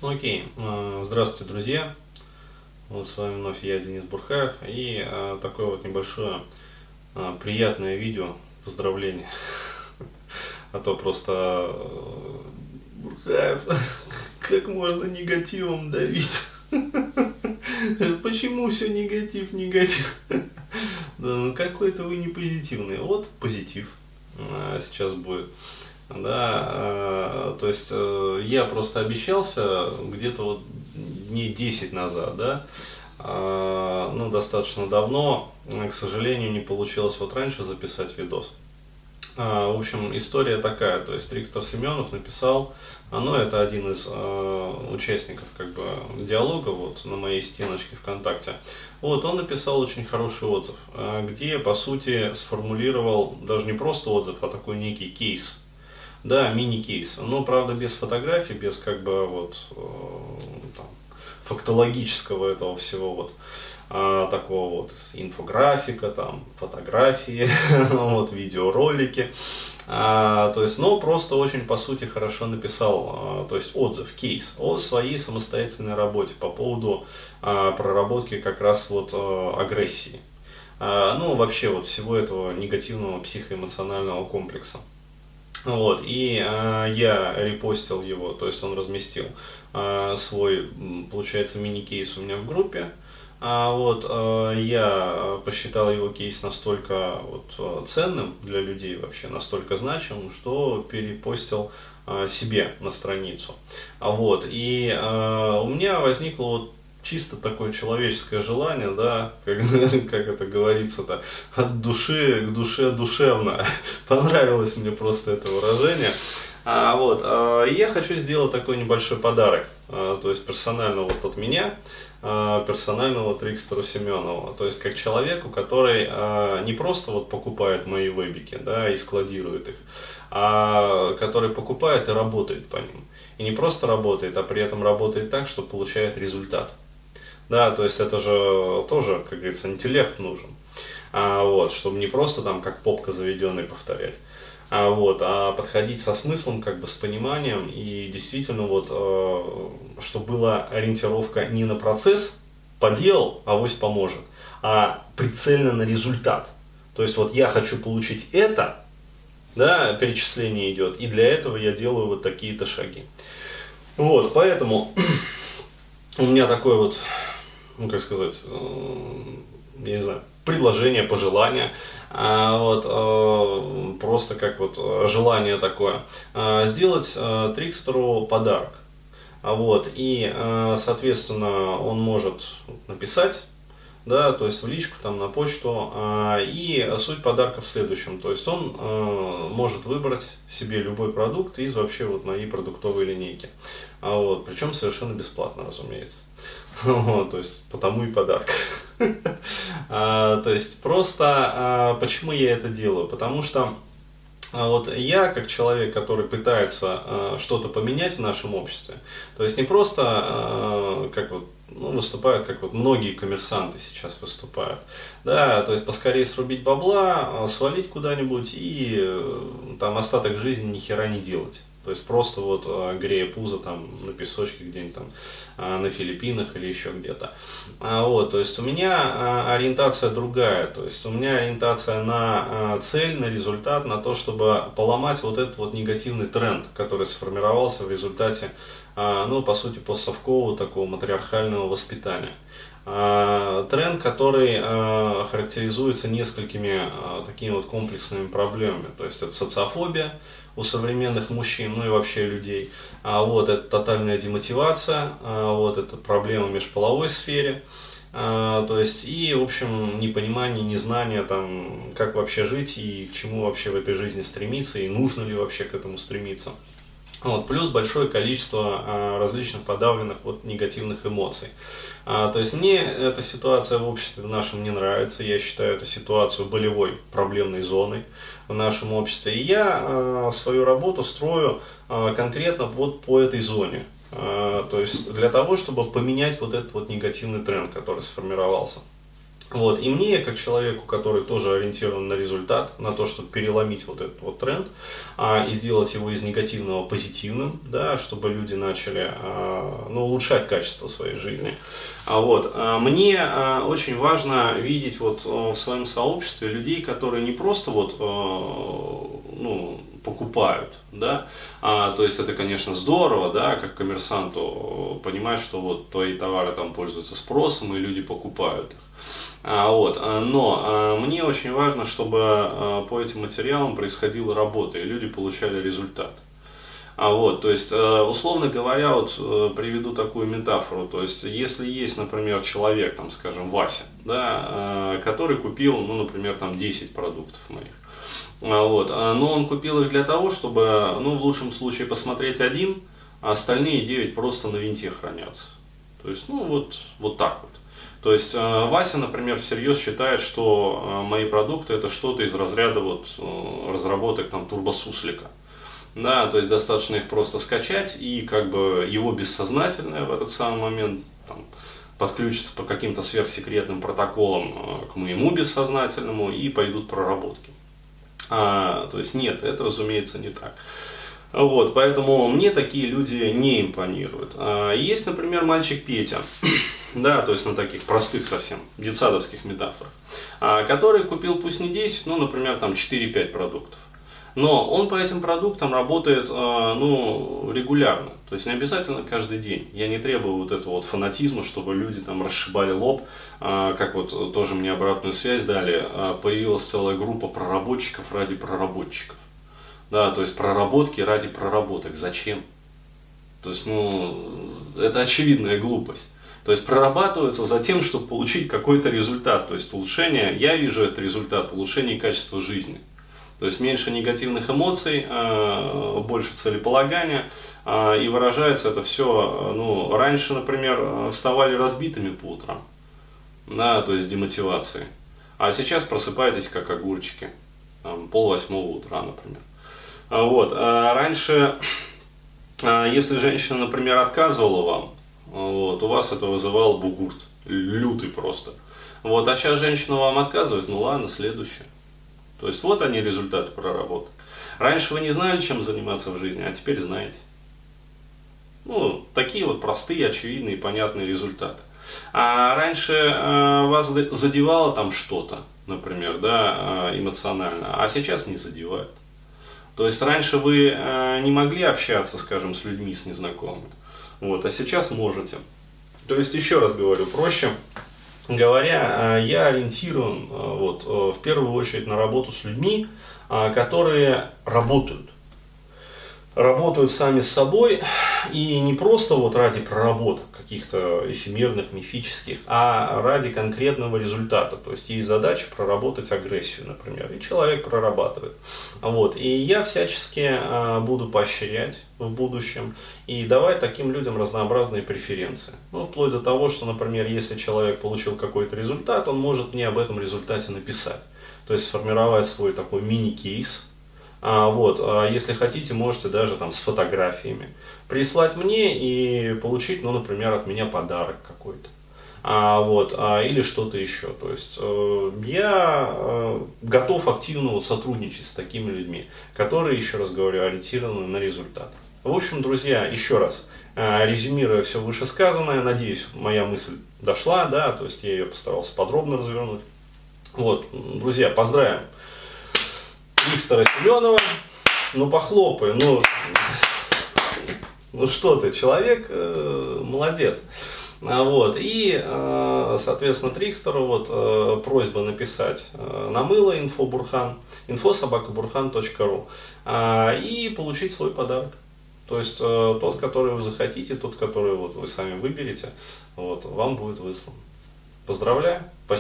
Ну, окей, здравствуйте, друзья. Вот с вами вновь я, Денис Бурхаев, и такое вот небольшое приятное видео, поздравление. А то просто Бурхаев, как можно негативом давить? Почему все негатив, негатив? Да, ну какой-то вы не позитивный. Вот позитив сейчас будет. Да, то есть я просто обещался где-то вот дней 10 назад, да, ну достаточно давно, к сожалению, не получилось вот раньше записать видос. В общем, история такая, то есть Трикстер Семенов написал, ну это один из участников как бы диалога вот на моей стеночке ВКонтакте. Вот он написал очень хороший отзыв, где по сути сформулировал даже не просто отзыв, а такой некий кейс. Да, мини-кейс. Но, правда, без фотографий, без как бы вот там, фактологического этого всего вот такого вот инфографика, там, фотографии, вот, видеоролики. То есть, но просто очень, по сути, хорошо написал, то есть отзыв, кейс о своей самостоятельной работе по поводу проработки как раз вот агрессии. Ну, вообще вот всего этого негативного психоэмоционального комплекса. Вот, и я репостил его, то есть он разместил свой, получается, мини-кейс у меня в группе. Вот, я посчитал его кейс настолько вот, ценным для людей вообще, настолько значимым, что перепостил себе на страницу. Вот, и у меня возникло вот чисто такое человеческое желание, да, как это говорится-то, от души к душе душевно. Понравилось мне просто это выражение. Вот, я хочу сделать такой небольшой подарок, то есть персонально вот от меня, персонального Трикстеру Семенову, то есть как человеку, который не просто вот покупает мои вебики, да, и складирует их, а который покупает и работает по ним. И не просто работает, а при этом работает так, что получает результат. Да, то есть это же тоже, как говорится, интеллект нужен. Вот, чтобы не просто там как попка заведенный повторять. Вот, а подходить со смыслом, как бы с пониманием и действительно вот, чтобы была ориентировка не на процесс, поделал, авось поможет, а прицельно на результат. То есть вот я хочу получить это, да, перечисление идет, и для этого я делаю вот такие-то шаги. Вот, поэтому у меня такой вот, ну как сказать, я не знаю, предложение, пожелание, вот, просто как вот желание такое, сделать Трикстеру подарок. Вот, и, соответственно, он может написать, да, то есть в личку, там, на почту, и суть подарка в следующем, то есть он может выбрать себе любой продукт из вообще вот моей продуктовой линейки, вот, причем совершенно бесплатно, разумеется, вот, то есть потому и подарок. То есть просто почему я это делаю, потому что вот я, как человек, который пытается что-то поменять в нашем обществе, то есть не просто как вот, ну, выступают, как вот многие коммерсанты сейчас выступают, да, то есть поскорее срубить бабла, свалить куда-нибудь и там остаток жизни ни хера не делать. То есть просто вот грея пузо там на песочке где-нибудь там на Филиппинах или еще где-то. Вот, то есть у меня ориентация другая, то есть у меня ориентация на цель, на результат, на то, чтобы поломать вот этот вот негативный тренд, который сформировался в результате, ну, по сути, постсовкового такого матриархального воспитания. Тренд, который характеризуется несколькими такими вот комплексными проблемами, то есть это социофобия у современных мужчин, ну и вообще людей, вот это тотальная демотивация, вот это проблема в межполовой сфере, то есть и в общем непонимание, незнание там, как вообще жить и к чему вообще в этой жизни стремиться и нужно ли вообще к этому стремиться. Вот, плюс большое количество различных подавленных вот, негативных эмоций. То есть мне эта ситуация в обществе нашем не нравится, я считаю эту ситуацию болевой проблемной зоной в нашем обществе. И я свою работу строю конкретно вот по этой зоне. То есть для того, чтобы поменять вот этот вот негативный тренд, который сформировался. Вот. И мне, как человеку, который тоже ориентирован на результат, на то, чтобы переломить вот этот вот тренд, и сделать его из негативного позитивным, да, чтобы люди начали улучшать качество своей жизни. Мне очень важно видеть вот в своем сообществе людей, которые не просто вот, покупают, да, то есть это, конечно, здорово, да, как коммерсанту понимать, что вот твои товары там пользуются спросом и люди покупают их. Но мне очень важно, чтобы по этим материалам происходила работа и люди получали результат. То есть, условно говоря, приведу такую метафору, то есть, если есть, например, человек, там, скажем, Вася, да, который купил, например, там 10 продуктов моих, но он купил их для того, чтобы, в лучшем случае посмотреть один, а остальные 9 просто на винте хранятся. То есть, вот так вот. То есть Вася, например, всерьез считает, что мои продукты это что-то из разряда разработок там турбосуслика. Да, то есть достаточно их просто скачать и как бы его бессознательное в этот самый момент там, подключится по каким-то сверхсекретным протоколам к моему бессознательному и пойдут проработки. То есть нет, это разумеется не так. Поэтому мне такие люди не импонируют. Есть, например, мальчик Петя, да, то есть на таких простых совсем детсадовских метафорах, который купил пусть не 10, например, там 4-5 продуктов. Но он по этим продуктам работает регулярно, то есть не обязательно каждый день. Я не требую вот этого фанатизма, чтобы люди там расшибали лоб, как тоже мне обратную связь дали, появилась целая группа проработчиков ради проработчиков. Да, то есть проработки ради проработок. Зачем? То есть, это очевидная глупость. То есть прорабатывается за тем, чтобы получить какой-то результат. То есть улучшение, я вижу этот результат в улучшении качества жизни. То есть меньше негативных эмоций, больше целеполагания. И выражается это все, раньше, например, вставали разбитыми по утрам. Да, то есть демотивацией. А сейчас просыпаетесь как огурчики. 7:30 утра, например. Раньше, если женщина, например, отказывала вам, у вас это вызывало бугурт, лютый просто. А сейчас женщина вам отказывает, ладно, следующее. То есть вот они результаты проработок. Раньше вы не знали, чем заниматься в жизни, а теперь знаете. Такие простые, очевидные, понятные результаты. А раньше вас задевало там что-то, например, да, эмоционально, а сейчас не задевает. То есть раньше вы не могли общаться, скажем, с людьми, с незнакомыми, а сейчас можете. То есть, еще раз говорю, проще говоря, я ориентирован в первую очередь на работу с людьми, которые работают сами с собой, и не просто ради проработок каких-то эфемерных, мифических, а ради конкретного результата. То есть есть задача проработать агрессию, например, и человек прорабатывает. И я всячески буду поощрять в будущем и давать таким людям разнообразные преференции. Вплоть до того, что, например, если человек получил какой-то результат, он может мне об этом результате написать. То есть сформировать свой такой мини-кейс. Если хотите, можете даже там с фотографиями прислать мне и получить, например, от меня подарок какой-то. Или что-то еще. То есть я готов активно сотрудничать с такими людьми, которые, еще раз говорю, ориентированы на результат. В общем, друзья, еще раз, резюмируя все вышесказанное, надеюсь, моя мысль дошла, да, то есть я ее постарался подробно развернуть. Друзья, поздравим Виктора Семенова, похлопай, что ты, человек молодец. И, соответственно, Трикстеру просьба написать на мыло info@burhan.ru и получить свой подарок. То есть тот, который вы захотите, тот, который вы сами выберете, вам будет выслан. Поздравляю, спасибо.